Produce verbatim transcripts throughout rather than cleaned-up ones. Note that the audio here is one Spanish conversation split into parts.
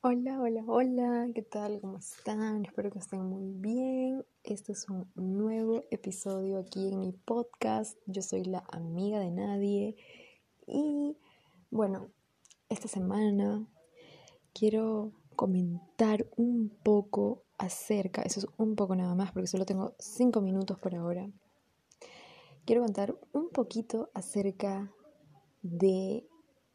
Hola, hola, hola, ¿qué tal? ¿Cómo están? Espero que estén muy bien. Este es un nuevo episodio aquí en mi podcast. Yo soy la amiga de nadie y bueno, esta semana quiero comentar un poco acerca, eso es un poco nada más porque solo tengo cinco minutos por ahora. Quiero contar un poquito acerca de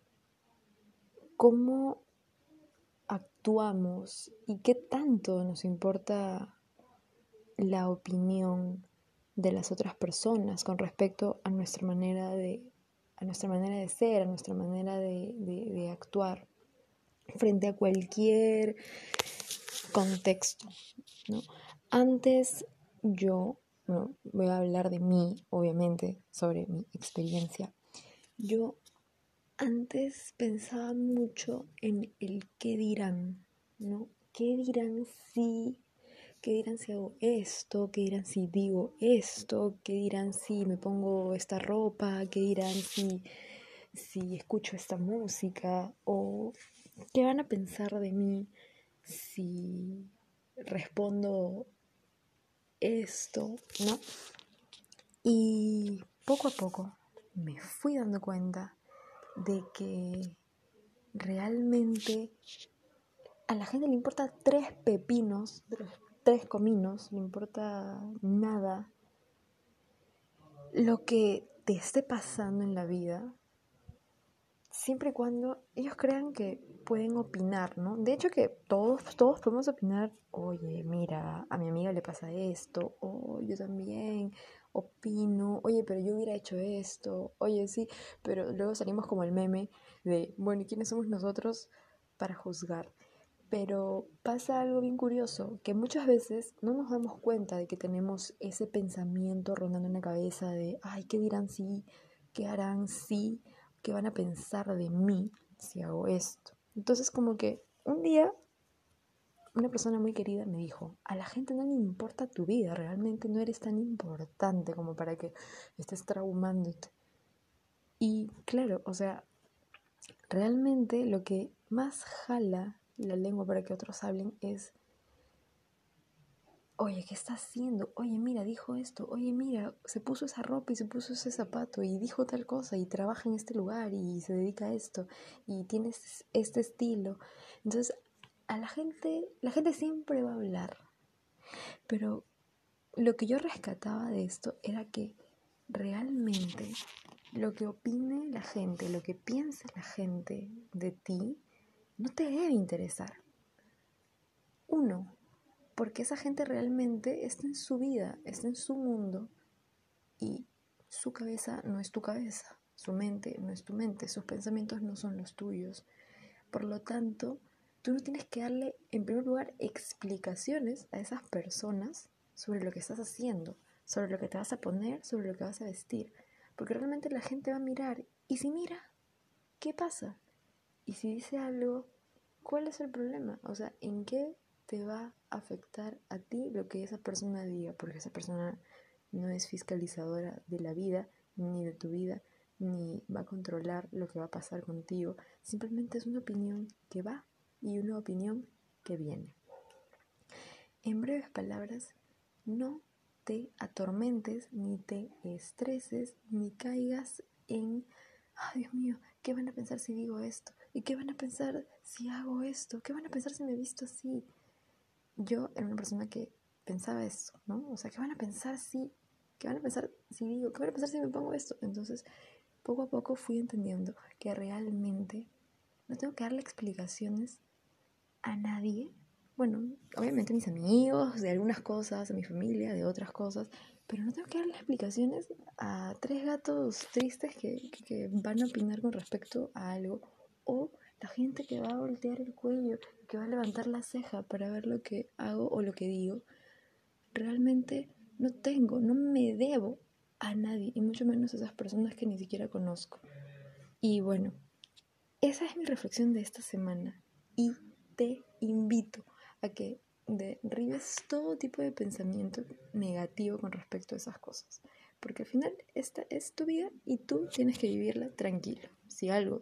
cómo actuamos y qué tanto nos importa la opinión de las otras personas con respecto a nuestra manera de, a nuestra manera de ser, a nuestra manera de, de, de actuar frente a cualquier contexto, ¿no? Antes yo, bueno, voy a hablar de mí, obviamente, sobre mi experiencia. Yo antes pensaba mucho en el qué dirán, ¿no? ¿Qué dirán si, qué dirán si hago esto? ¿Qué dirán si digo esto? ¿Qué dirán si me pongo esta ropa? ¿Qué dirán si, si escucho esta música? ¿O qué van a pensar de mí si respondo esto, ¿no? Y poco a poco me fui dando cuenta de que realmente a la gente le importa tres pepinos, tres cominos, le importa nada lo que te esté pasando en la vida, siempre y cuando ellos crean que pueden opinar, ¿no? De hecho que todos, todos podemos opinar, oye, mira, a mi amiga le pasa esto, o yo también opino, oye, pero yo hubiera hecho esto, oye, sí, pero luego salimos como el meme de, bueno, ¿y quiénes somos nosotros para juzgar? Pero pasa algo bien curioso, que muchas veces no nos damos cuenta de que tenemos ese pensamiento rondando en la cabeza de, ay, ¿qué dirán si? ¿Qué harán si? ¿Qué van a pensar de mí si hago esto? Entonces como que un día una persona muy querida me dijo, a la gente no le importa tu vida, realmente no eres tan importante como para que estés traumándote. Y claro, o sea, realmente lo que más jala la lengua para que otros hablen es, oye, ¿qué está haciendo? Oye, mira, dijo esto. Oye, mira, se puso esa ropa y se puso ese zapato y dijo tal cosa y trabaja en este lugar y se dedica a esto y tiene este, este estilo. Entonces, a la gente, la gente siempre va a hablar. Pero lo que yo rescataba de esto era que realmente lo que opine la gente, lo que piense la gente de ti, no te debe interesar. Uno, porque esa gente realmente está en su vida, está en su mundo y su cabeza no es tu cabeza, su mente no es tu mente, sus pensamientos no son los tuyos. Por lo tanto, tú no tienes que darle, en primer lugar, explicaciones a esas personas sobre lo que estás haciendo, sobre lo que te vas a poner, sobre lo que vas a vestir. Porque realmente la gente va a mirar y si mira, ¿qué pasa? Y si dice algo, ¿cuál es el problema? O sea, ¿en qué te va a afectar a ti lo que esa persona diga? Porque esa persona no es fiscalizadora de la vida, ni de tu vida, ni va a controlar lo que va a pasar contigo. Simplemente es una opinión que va y una opinión que viene. En breves palabras, no te atormentes, ni te estreses, ni caigas en, ay Dios mío, ¿qué van a pensar si digo esto? ¿Y qué van a pensar si hago esto? ¿Qué van a pensar si me he visto así? Yo era una persona que pensaba eso, ¿no? O sea, ¿qué van a pensar si, qué van a pensar si digo, qué van a pensar si me pongo esto? Entonces, poco a poco fui entendiendo que realmente no tengo que darle explicaciones a nadie. Bueno, obviamente a mis amigos, de algunas cosas, a mi familia, de otras cosas, pero no tengo que darle explicaciones a tres gatos tristes que, que, que van a opinar con respecto a algo, o la gente que va a voltear el cuello, que va a levantar la ceja para ver lo que hago o lo que digo. Realmente no tengo, no me debo a nadie, y mucho menos a esas personas que ni siquiera conozco. Y bueno, esa es mi reflexión de esta semana y te invito a que derribes todo tipo de pensamiento negativo con respecto a esas cosas, porque al final esta es tu vida y tú tienes que vivirla tranquilo. Si algo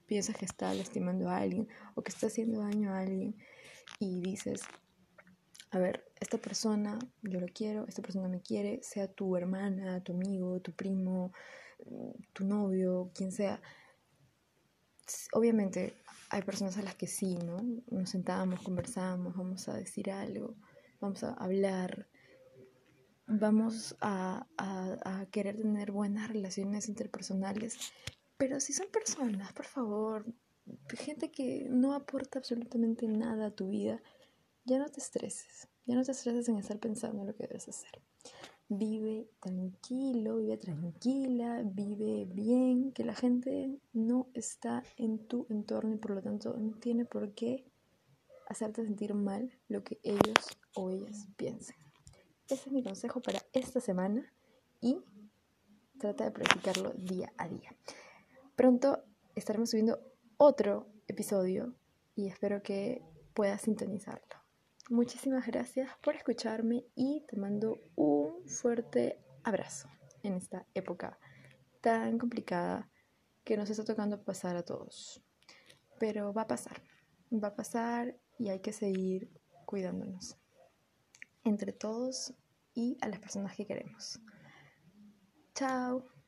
piensas que está lastimando a alguien o que está haciendo daño a alguien y dices, a ver, esta persona yo lo quiero, esta persona me quiere, sea tu hermana, tu amigo, tu primo, tu novio, quien sea. Obviamente hay personas a las que sí, ¿no? Nos sentamos, conversamos, vamos a decir algo, vamos a hablar, vamos a, a, a querer tener buenas relaciones interpersonales, pero si son personas, por favor, gente que no aporta absolutamente nada a tu vida, ya no te estreses, ya no te estreses en estar pensando en lo que debes hacer. Vive tranquilo, vive tranquila, vive bien, que la gente no está en tu entorno y por lo tanto no tiene por qué hacerte sentir mal lo que ellos o ellas piensen. Ese es mi consejo para esta semana y trata de practicarlo día a día. Pronto estaremos subiendo otro episodio y espero que puedas sintonizarlo. Muchísimas gracias por escucharme y te mando un fuerte abrazo en esta época tan complicada que nos está tocando pasar a todos. Pero va a pasar, va a pasar y hay que seguir cuidándonos entre todos y a las personas que queremos. Chao.